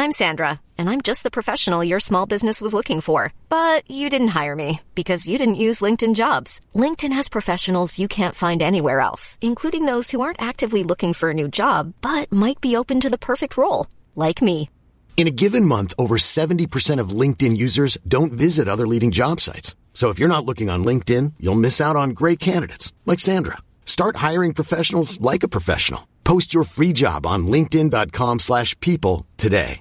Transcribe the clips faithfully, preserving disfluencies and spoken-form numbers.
I'm Sandra, and I'm just the professional your small business was looking for. But you didn't hire me because you didn't use LinkedIn Jobs. LinkedIn has professionals you can't find anywhere else, including those who aren't actively looking for a new job, but might be open to the perfect role, like me. In a given month, over seventy percent of LinkedIn users don't visit other leading job sites. So if you're not looking on LinkedIn, you'll miss out on great candidates like Sandra. Start hiring professionals like a professional. Post your free job on linkedin.com slash people today.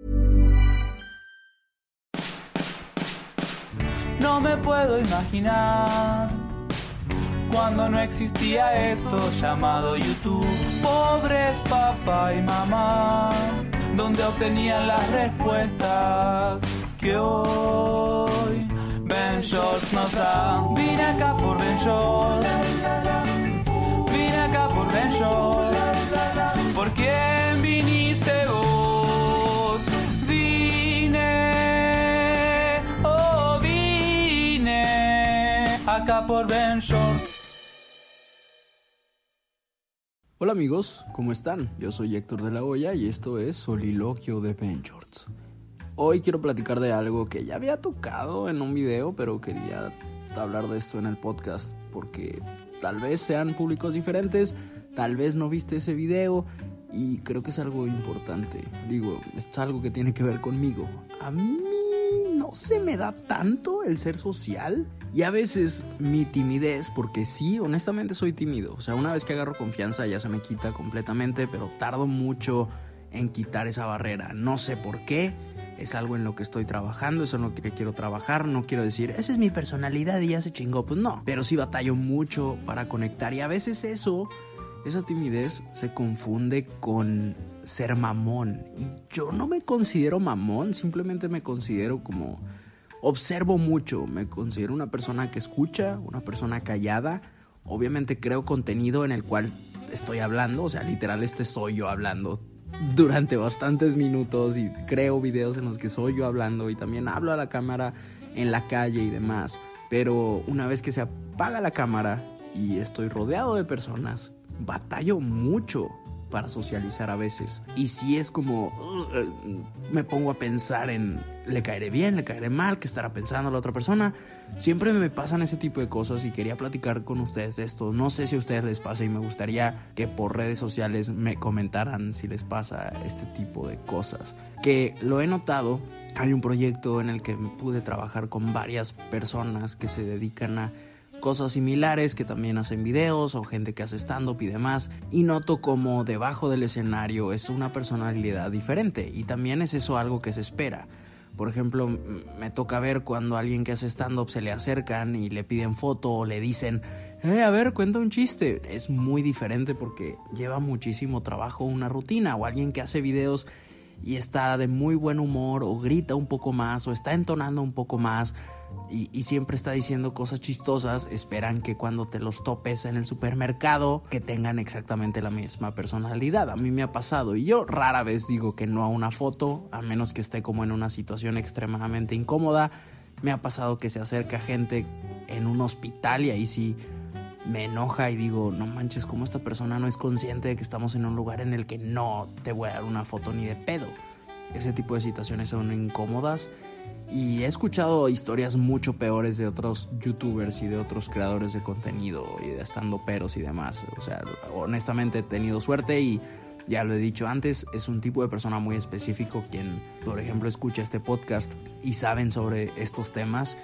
No me puedo imaginar cuando no existía esto llamado YouTube. Pobres papá y mamá, donde obtenían las respuestas que hoy Ben Shorts nos da. Vine acá por Ben Shorts, vine acá por Ben Shorts. ¿Por quién viniste vos? Vine, oh vine acá por Ben Shorts. Hola amigos, ¿cómo están? Yo soy Héctor de la Hoya y esto es Soliloquio de Ben Shorts. Hoy quiero platicar de algo que ya había tocado en un video, pero quería hablar de esto en el podcast porque tal vez sean públicos diferentes, tal vez no viste ese video y creo que es algo importante. Digo, es algo que tiene que ver conmigo. A mí no se me da tanto el ser social y a veces mi timidez, porque sí, honestamente soy tímido. O sea, una vez que agarro confianza ya se me quita completamente, pero tardo mucho en quitar esa barrera. No sé por qué. Es algo en lo que estoy trabajando, es en lo que quiero trabajar. No quiero decir, esa es mi personalidad y ya se chingó. Pues no, pero sí batallo mucho para conectar. Y a veces eso, esa timidez se confunde con ser mamón. Y yo no me considero mamón, simplemente me considero como... Observo mucho, me considero una persona que escucha, una persona callada. Obviamente creo contenido en el cual estoy hablando, o sea, literal este soy yo hablando durante bastantes minutos y creo videos en los que soy yo hablando y también hablo a la cámara en la calle y demás. Pero una vez que se apaga la cámara y estoy rodeado de personas, batallo mucho para socializar a veces. Y si es como uh, me pongo a pensar en le caeré bien, le caeré mal, qué estará pensando la otra persona. Siempre me pasan ese tipo de cosas y quería platicar con ustedes de esto. No sé si a ustedes les pasa y me gustaría que por redes sociales me comentaran si les pasa este tipo de cosas. Que lo he notado, hay un proyecto en el que pude trabajar con varias personas que se dedican a cosas similares, que también hacen videos o gente que hace stand-up y demás, y noto como debajo del escenario es una personalidad diferente y también es eso algo que se espera. Por ejemplo, me toca ver cuando a alguien que hace stand-up se le acercan y le piden foto o le dicen eh, a ver, cuenta un chiste. Es muy diferente porque lleva muchísimo trabajo una rutina, o alguien que hace videos y está de muy buen humor o grita un poco más o está entonando un poco más y, y siempre está diciendo cosas chistosas. Esperan que cuando te los topes en el supermercado que tengan exactamente la misma personalidad. A mí me ha pasado y yo rara vez digo que no a una foto, a menos que esté como en una situación extremadamente incómoda. Me ha pasado que se acerca gente en un hospital y ahí sí me enoja y digo, no manches, cómo esta persona no es consciente de que estamos en un lugar en el que no te voy a dar una foto ni de pedo. Ese tipo de situaciones son incómodas y he escuchado historias mucho peores de otros youtubers y de otros creadores de contenido y de estandoperos y demás. O sea, honestamente he tenido suerte y ya lo he dicho antes, es un tipo de persona muy específico quien, por ejemplo, escucha este podcast y saben sobre estos temas.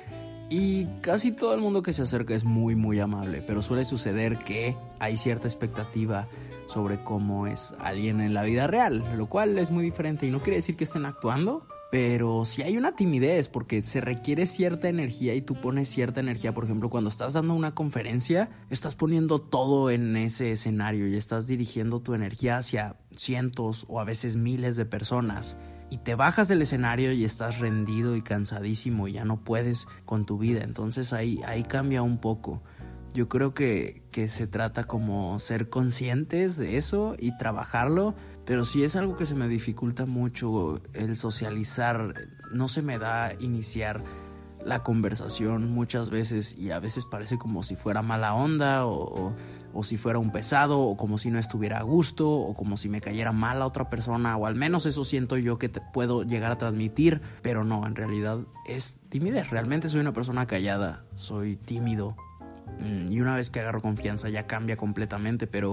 Y casi todo el mundo que se acerca es muy muy amable, pero suele suceder que hay cierta expectativa sobre cómo es alguien en la vida real, lo cual es muy diferente y no quiere decir que estén actuando, pero sí hay una timidez porque se requiere cierta energía y tú pones cierta energía. Por ejemplo, cuando estás dando una conferencia, estás poniendo todo en ese escenario y estás dirigiendo tu energía hacia cientos o a veces miles de personas. Y te bajas del escenario y estás rendido y cansadísimo y ya no puedes con tu vida. Entonces ahí, ahí cambia un poco. Yo creo que, que se trata como ser conscientes de eso y trabajarlo. Pero sí es algo que se me dificulta mucho el socializar. No se me da iniciar la conversación muchas veces y a veces parece como si fuera mala onda o, o si fuera un pesado, o como si no estuviera a gusto, o como si me cayera mal a otra persona, o al menos eso siento yo que te puedo llegar a transmitir, pero no, en realidad es timidez. Realmente soy una persona callada, soy tímido, y una vez que agarro confianza ya cambia completamente, pero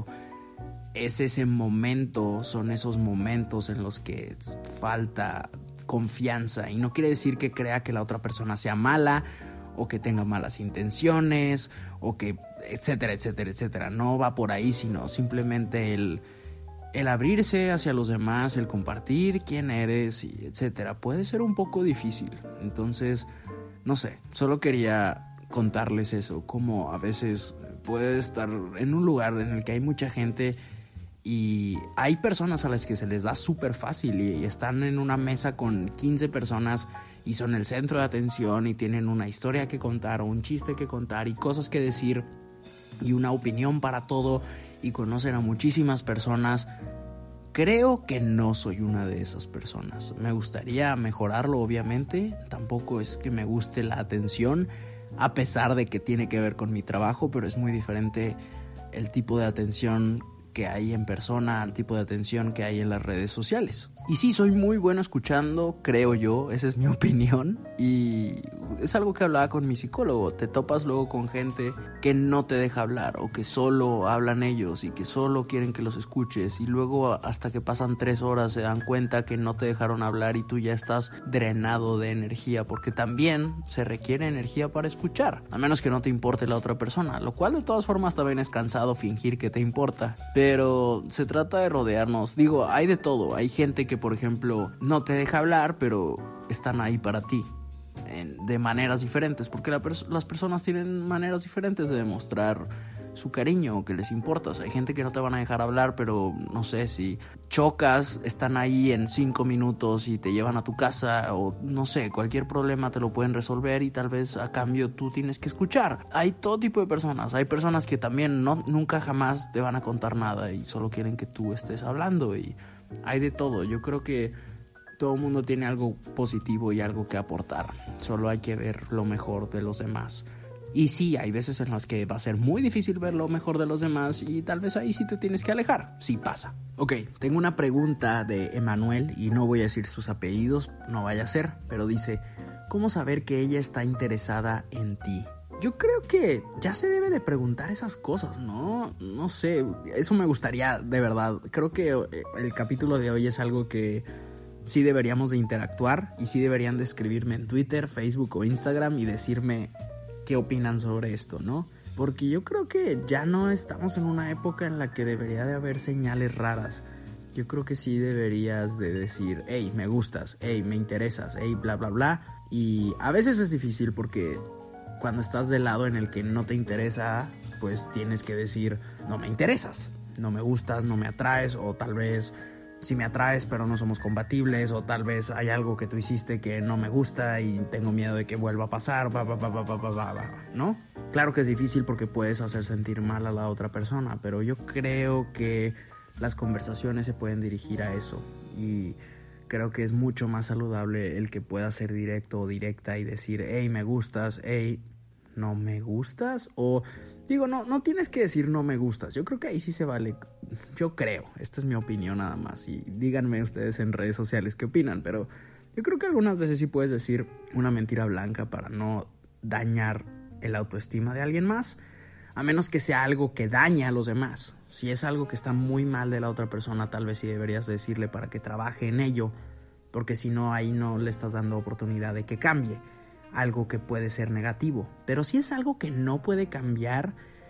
es ese momento, son esos momentos en los que falta confianza, y no quiere decir que crea que la otra persona sea mala, o que tenga malas intenciones, o que etcétera, etcétera, etcétera. No va por ahí, sino simplemente el, el abrirse hacia los demás, el compartir quién eres, y etcétera. Puede ser un poco difícil. Entonces, no sé, solo quería contarles eso, como a veces puedes estar en un lugar en el que hay mucha gente y hay personas a las que se les da súper fácil y están en una mesa con quince personas y son el centro de atención y tienen una historia que contar o un chiste que contar y cosas que decir y una opinión para todo y conocen a muchísimas personas. Creo que no soy una de esas personas. Me gustaría mejorarlo, obviamente. Tampoco es que me guste la atención, a pesar de que tiene que ver con mi trabajo, pero es muy diferente el tipo de atención que hay en persona al tipo de atención que hay en las redes sociales. Y sí, soy muy bueno escuchando, creo yo, esa es mi opinión, y es algo que hablaba con mi psicólogo. Te topas luego con gente que no te deja hablar o que solo hablan ellos y que solo quieren que los escuches, y luego hasta que pasan tres horas se dan cuenta que no te dejaron hablar y tú ya estás drenado de energía, porque también se requiere energía para escuchar, a menos que no te importe la otra persona, lo cual de todas formas también es cansado fingir que te importa, pero se trata de rodearnos. Digo, hay de todo, hay gente que por ejemplo no te deja hablar, pero están ahí para ti en, de maneras diferentes, porque la pers- las personas tienen maneras diferentes de demostrar su cariño o que les importas. Hay gente que no te van a dejar hablar, pero no sé, si chocas, están ahí en cinco minutos y te llevan a tu casa, o no sé, cualquier problema te lo pueden resolver y tal vez a cambio tú tienes que escuchar. Hay todo tipo de personas. Hay personas que también no, nunca jamás te van a contar nada y solo quieren que tú estés hablando, y hay de todo. Yo creo que todo el mundo tiene algo positivo y algo que aportar. Solo hay que ver lo mejor de los demás. Y sí, hay veces en las que va a ser muy difícil ver lo mejor de los demás y tal vez ahí sí te tienes que alejar. Sí pasa. Ok, tengo una pregunta de Emanuel y no voy a decir sus apellidos, no vaya a ser, pero dice: ¿cómo saber que ella está interesada en ti? Yo creo que ya se debe de preguntar esas cosas, ¿no? No sé, eso me gustaría, de verdad. Creo que el capítulo de hoy es algo que sí deberíamos de interactuar y sí deberían de escribirme en Twitter, Facebook o Instagram y decirme qué opinan sobre esto, ¿no? Porque yo creo que ya no estamos en una época en la que debería de haber señales raras. Yo creo que sí deberías de decir: hey, me gustas, hey, me interesas, hey, bla, bla, bla. Y a veces es difícil porque cuando estás del lado en el que no te interesa, pues tienes que decir: no me interesas, no me gustas, no me atraes, o tal vez sí me atraes pero no somos compatibles, o tal vez hay algo que tú hiciste que no me gusta y tengo miedo de que vuelva a pasar, bla, bla, bla, bla, bla, bla, bla, ¿no? Claro que es difícil porque puedes hacer sentir mal a la otra persona, pero yo creo que las conversaciones se pueden dirigir a eso, y creo que es mucho más saludable el que pueda ser directo o directa y decir: hey, me gustas, hey, no me gustas. O digo, no, no tienes que decir no me gustas. Yo creo que ahí sí se vale. Yo creo, esta es mi opinión nada más, y díganme ustedes en redes sociales qué opinan, pero yo creo que algunas veces sí puedes decir una mentira blanca para no dañar el autoestima de alguien más, a menos que sea algo que daña a los demás. Si es algo que está muy mal de la otra persona, tal vez sí deberías decirle para que trabaje en ello, porque si no, ahí no le estás dando oportunidad de que cambie algo que puede ser negativo. Pero si es algo que no puede cambiar,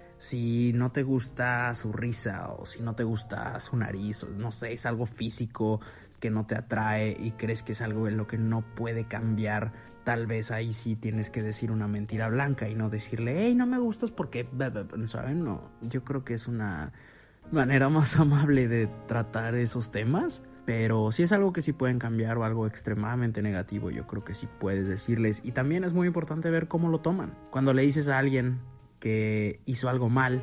si no te gusta su risa o si no te gusta su nariz, o no sé, es algo físico que no te atrae y crees que es algo en lo que no puede cambiar, tal vez ahí sí tienes que decir una mentira blanca y no decirle: hey, no me gustas porque, ¿saben? No, yo creo que es una manera más amable de tratar esos temas. Pero si es algo que sí pueden cambiar o algo extremadamente negativo, yo creo que sí puedes decirles. Y también es muy importante ver cómo lo toman. Cuando le dices a alguien que hizo algo mal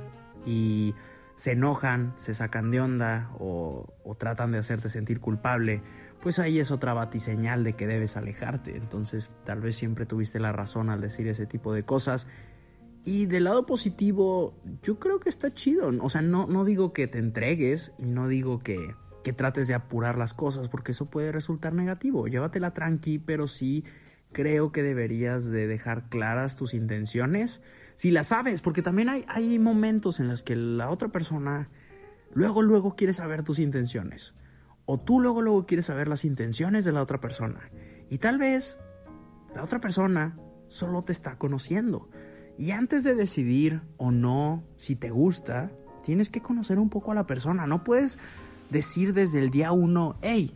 y se enojan, se sacan de onda o, o tratan de hacerte sentir culpable, pues ahí es otra batiseñal de que debes alejarte. Entonces tal vez siempre tuviste la razón al decir ese tipo de cosas Y del lado positivo, yo creo que está chido. O sea, no, no digo que te entregues y no digo que, que trates de apurar las cosas, porque eso puede resultar negativo. Llévatela tranqui, pero sí creo que deberías de dejar claras tus intenciones. Si las sabes, porque también hay, hay momentos en los que la otra persona luego, luego quiere saber tus intenciones. O tú luego, luego quieres saber las intenciones de la otra persona. Y tal vez la otra persona solo te está conociendo. Y antes de decidir o no si te gusta, tienes que conocer un poco a la persona. No puedes decir desde el día uno, hey,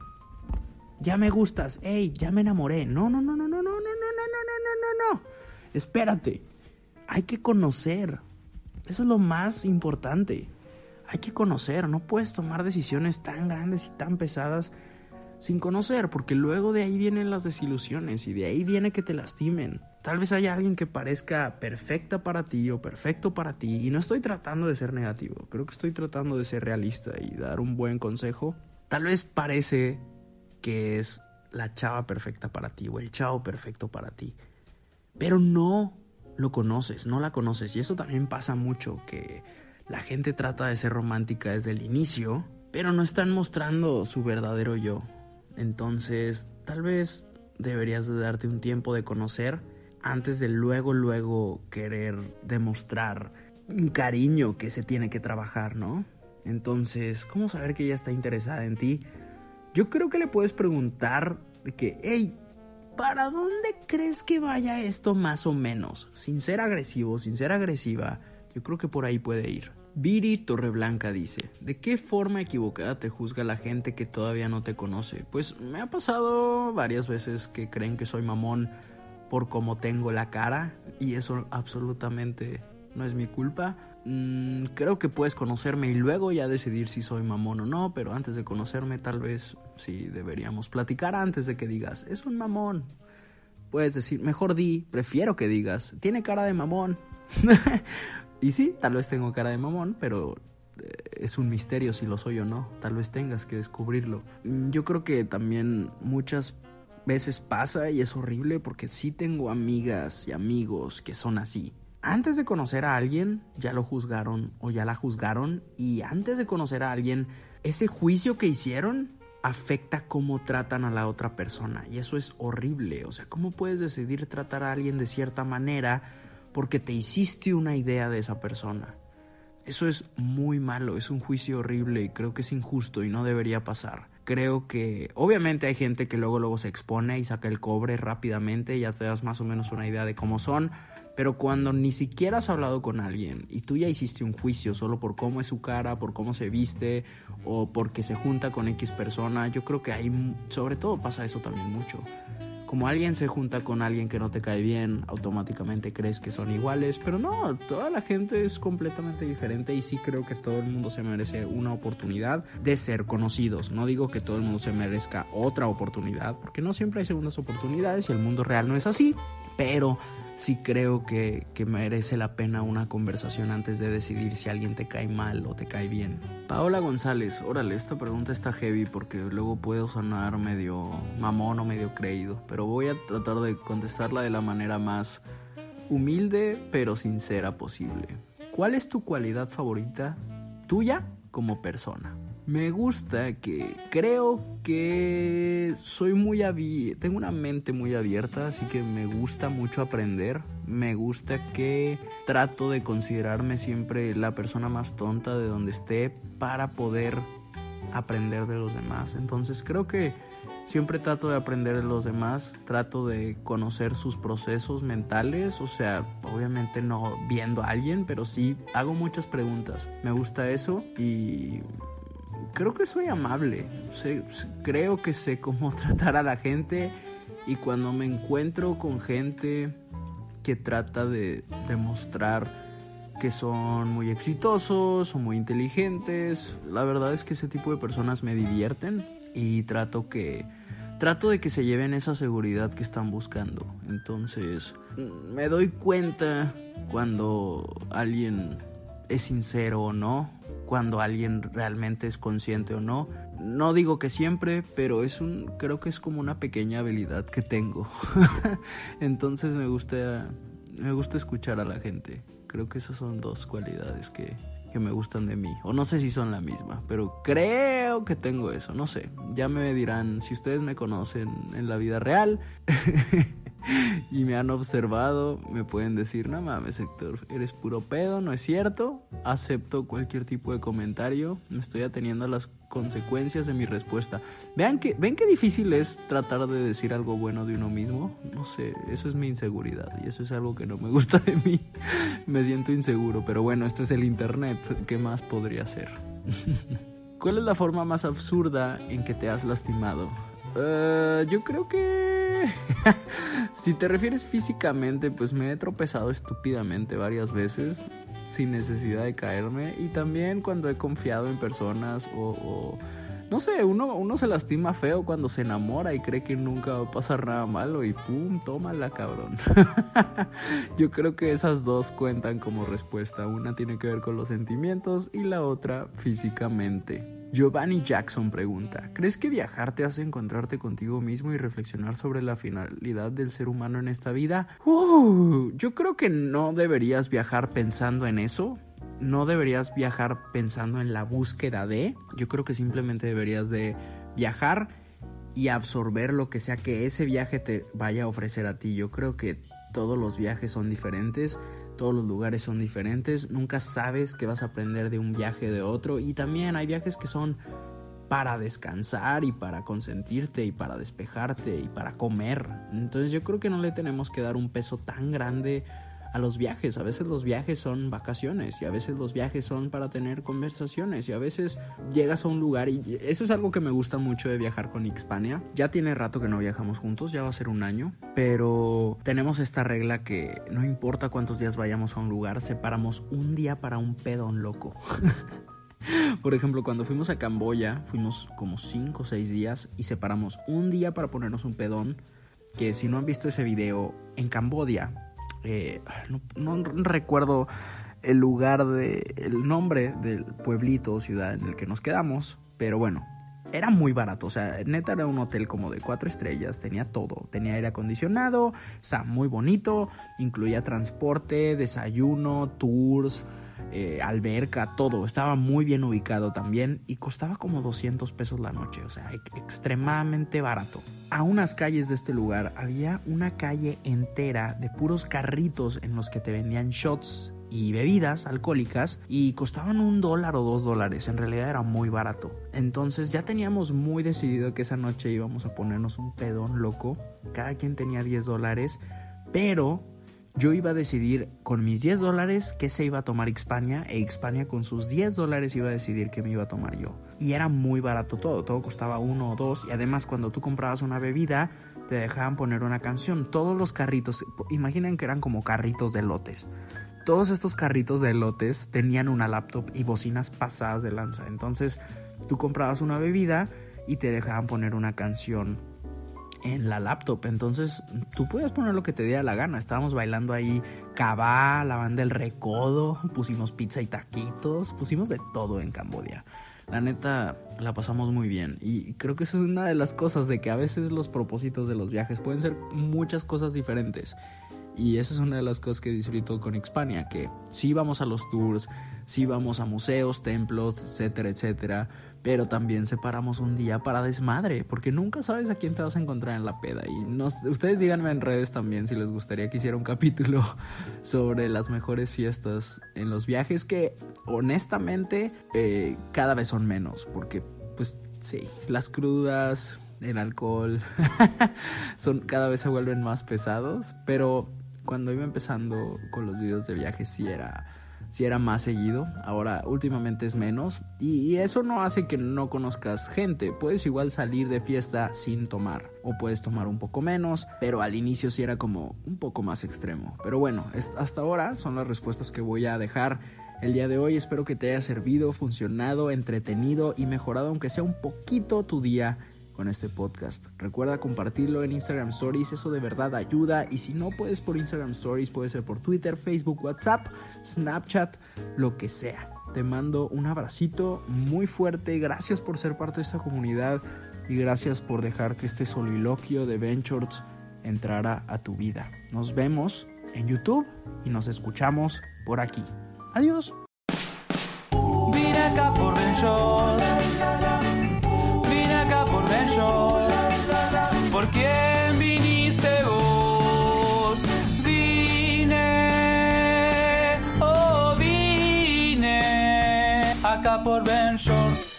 ya me gustas, hey, ya me enamoré. No, no, no, no, no, no, no, no, no, no, no, no, no. Espérate. Hay que conocer. Eso es lo más importante. Hay que conocer. No puedes tomar decisiones tan grandes y tan pesadas sin conocer, porque luego de ahí vienen las desilusiones y de ahí viene que te lastimen. Tal vez haya alguien que parezca perfecta para ti o perfecto para ti, y no estoy tratando de ser negativo, creo que estoy tratando de ser realista y dar un buen consejo. Tal vez parece que es la chava perfecta para ti o el chavo perfecto para ti, pero no lo conoces, no la conoces, y eso también pasa mucho, que la gente trata de ser romántica desde el inicio, pero no están mostrando su verdadero yo. Entonces, tal vez deberías de darte un tiempo de conocer antes de luego, luego querer demostrar un cariño que se tiene que trabajar, ¿no? Entonces, ¿cómo saber que ella está interesada en ti? Yo creo que le puedes preguntar de que, hey, ¿para dónde crees que vaya esto más o menos? Sin ser agresivo, sin ser agresiva, yo creo que por ahí puede ir. Viri Torreblanca dice, ¿de qué forma equivocada te juzga la gente que todavía no te conoce? Pues me ha pasado varias veces que creen que soy mamón por cómo tengo la cara, y eso absolutamente no es mi culpa. Mm, creo que puedes conocerme y luego ya decidir si soy mamón o no, pero antes de conocerme tal vez sí deberíamos platicar antes de que digas, es un mamón. Puedes decir, mejor di, prefiero que digas, tiene cara de mamón. Y sí, tal vez tengo cara de mamón, pero eh, es un misterio si lo soy o no. Tal vez tengas que descubrirlo. Yo creo que también muchas veces pasa y es horrible, porque sí tengo amigas y amigos que son así. Antes de conocer a alguien, ya lo juzgaron o ya la juzgaron. Y antes de conocer a alguien, ese juicio que hicieron afecta cómo tratan a la otra persona. Y eso es horrible. O sea, ¿cómo puedes decidir tratar a alguien de cierta manera porque te hiciste una idea de esa persona? Eso es muy malo, es un juicio horrible y creo que es injusto y no debería pasar. Creo que obviamente hay gente que luego luego se expone y saca el cobre rápidamente y ya te das más o menos una idea de cómo son, pero cuando ni siquiera has hablado con alguien y tú ya hiciste un juicio solo por cómo es su cara, por cómo se viste o porque se junta con X persona, yo creo que ahí sobre todo pasa eso también mucho. Como alguien se junta con alguien que no te cae bien, automáticamente crees que son iguales, pero no, toda la gente es completamente diferente y sí creo que todo el mundo se merece una oportunidad de ser conocidos. No digo que todo el mundo se merezca otra oportunidad, porque no siempre hay segundas oportunidades y el mundo real no es así, pero sí creo que, que merece la pena una conversación antes de decidir si alguien te cae mal o te cae bien. Paola González, órale, esta pregunta está heavy porque luego puedo sonar medio mamón o medio creído, pero voy a tratar de contestarla de la manera más humilde pero sincera posible. ¿Cuál es tu cualidad favorita tuya como persona? Me gusta que creo que soy muy abierto, tengo una mente muy abierta, así que me gusta mucho aprender. Me gusta que trato de considerarme siempre la persona más tonta de donde esté para poder aprender de los demás. Entonces creo que siempre trato de aprender de los demás, trato de conocer sus procesos mentales, o sea, obviamente no viendo a alguien, pero sí hago muchas preguntas. Me gusta eso y creo que soy amable, sé, creo que sé cómo tratar a la gente, y cuando me encuentro con gente que trata de demostrar que son muy exitosos o muy inteligentes, la verdad es que ese tipo de personas me divierten y trato que trato de que se lleven esa seguridad que están buscando. Entonces me doy cuenta cuando alguien es sincero o no, cuando alguien realmente es consciente o no. No digo que siempre, pero es un, creo que es como una pequeña habilidad que tengo. Entonces me gusta me gusta escuchar a la gente. Creo que esas son dos cualidades que, que me gustan de mí. O no sé si son la misma, pero creo que tengo eso. No sé, ya me dirán si ustedes me conocen en la vida real y me han observado, me pueden decir: no mames, Héctor, eres puro pedo, no es cierto. Acepto cualquier tipo de comentario, me estoy ateniendo a las consecuencias de mi respuesta. Vean que, ven qué difícil es tratar de decir algo bueno de uno mismo. No sé, eso es mi inseguridad y eso es algo que no me gusta de mí. Me siento inseguro, pero bueno, este es el internet, ¿qué más podría ser? ¿Cuál es la forma más absurda en que te has lastimado? Uh, yo creo que si te refieres físicamente, pues me he tropezado estúpidamente varias veces sin necesidad de caerme, y también cuando he confiado en personas o, o no sé, uno, uno se lastima feo cuando se enamora y cree que nunca va a pasar nada malo y pum, tómala, cabrón. Yo creo que esas dos cuentan como respuesta. Una tiene que ver con los sentimientos y la otra físicamente. Giovanni Jackson pregunta: ¿crees que viajar te hace encontrarte contigo mismo y reflexionar sobre la finalidad del ser humano en esta vida? Uh, yo creo que no deberías viajar pensando en eso. No deberías viajar pensando en la búsqueda de. Yo creo que simplemente deberías de viajar y absorber lo que sea que ese viaje te vaya a ofrecer a ti. Yo creo que todos los viajes son diferentes. Todos los lugares son diferentes, nunca sabes qué vas a aprender de un viaje de otro, y también hay viajes que son para descansar y para consentirte y para despejarte y para comer. Entonces yo creo que no le tenemos que dar un peso tan grande a los viajes. A veces los viajes son vacaciones y a veces los viajes son para tener conversaciones y a veces llegas a un lugar, y eso es algo que me gusta mucho de viajar con Ixpania. Ya tiene rato que no viajamos juntos, ya va a ser un año, pero tenemos esta regla que no importa cuántos días vayamos a un lugar, separamos un día para un pedón loco. Por ejemplo, cuando fuimos a Camboya, fuimos como cinco o seis días y separamos un día para ponernos un pedón, que si no han visto ese video, en Camboya, Eh, no, no recuerdo el lugar de el nombre del pueblito o ciudad en el que nos quedamos, pero bueno, era muy barato. O sea, neta era un hotel como de cuatro estrellas, tenía todo, tenía aire acondicionado, estaba muy bonito, incluía transporte, desayuno, tours, eh, alberca, todo, estaba muy bien ubicado también y costaba como doscientos pesos la noche, o sea, extremadamente barato. A unas calles de este lugar había una calle entera de puros carritos en los que te vendían shots y bebidas alcohólicas y costaban un dólar o dos dólares, en realidad era muy barato. Entonces ya teníamos muy decidido que esa noche íbamos a ponernos un pedón loco, cada quien tenía diez dólares, pero yo iba a decidir con mis diez dólares qué se iba a tomar Ixpania, e Ixpania con sus diez dólares iba a decidir qué me iba a tomar yo. Y era muy barato todo, todo costaba uno o dos, y además cuando tú comprabas una bebida te dejaban poner una canción. Todos los carritos, imaginen que eran como carritos de elotes. Todos estos carritos de elotes tenían una laptop y bocinas pasadas de lanza. Entonces tú comprabas una bebida y te dejaban poner una canción en la laptop. Entonces tú podías poner lo que te diera la gana. Estábamos bailando ahí cabá, la banda El Recodo, pusimos pizza y taquitos, pusimos de todo en Camboya. La neta, la pasamos muy bien. Y creo que eso es una de las cosas, de que a veces los propósitos de los viajes pueden ser muchas cosas diferentes. Y esa es una de las cosas que disfruto con Ixpania, que sí vamos a los tours, sí vamos a museos, templos, etcétera, etcétera, pero también separamos un día para desmadre, porque nunca sabes a quién te vas a encontrar en la peda. Y nos, ustedes díganme en redes también si les gustaría que hiciera un capítulo sobre las mejores fiestas en los viajes, que honestamente eh, cada vez son menos, porque pues sí, las crudas, el alcohol son, cada vez se vuelven más pesados, pero cuando iba empezando con los videos de viajes sí era, sí era más seguido. Ahora últimamente es menos, y, y eso no hace que no conozcas gente. Puedes igual salir de fiesta sin tomar, o puedes tomar un poco menos, pero al inicio sí era como un poco más extremo. Pero bueno, es, hasta ahora son las respuestas que voy a dejar el día de hoy. Espero que te haya servido, funcionado, entretenido y mejorado, aunque sea un poquito, tu día con este podcast. Recuerda compartirlo en Instagram Stories, eso de verdad ayuda. Y si no puedes por Instagram Stories, puede ser por Twitter, Facebook, WhatsApp, Snapchat, lo que sea. Te mando un abracito muy fuerte. Gracias por ser parte de esta comunidad y gracias por dejar que este soliloquio de Ventures entrara a tu vida. Nos vemos en YouTube y nos escuchamos por aquí. Adiós. Vine acá por Ben Shorts. Vine acá por Ben Shorts. ¿Por quién viniste vos? Vine, oh vine acá por Ben Shorts.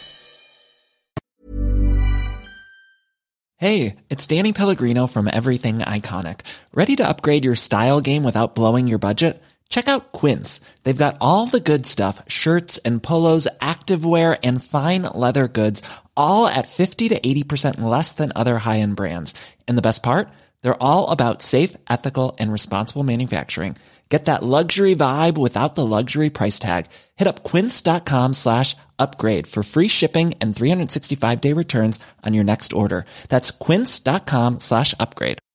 Hey, it's Danny Pellegrino from Everything Iconic. Ready to upgrade your style game without blowing your budget? Check out Quince. They've got all the good stuff, shirts and polos, activewear, and fine leather goods, all at fifty to eighty percent less than other high-end brands. And the best part? They're all about safe, ethical, and responsible manufacturing. Get that luxury vibe without the luxury price tag. Hit up quince.com slash upgrade for free shipping and three sixty-five day returns on your next order. That's quince.com slash upgrade.